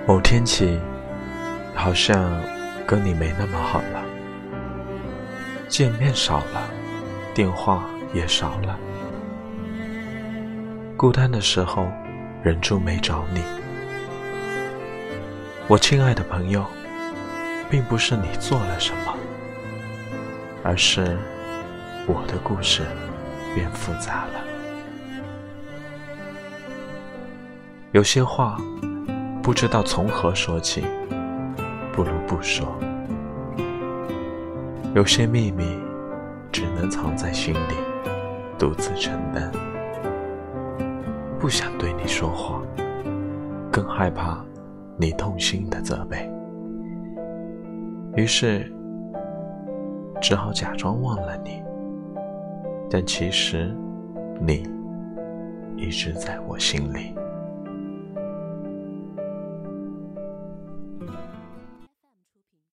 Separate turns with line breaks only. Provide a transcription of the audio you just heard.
某天起，好像跟你没那么好了，见面少了，电话也少了，孤单的时候忍住没找你。我亲爱的朋友，并不是你做了什么，而是我的故事变复杂了。有些话不知道从何说起，不如不说；有些秘密只能藏在心里，独自承担。不想对你说谎，更害怕你痛心的责备，于是只好假装忘了你，但其实你一直在我心里。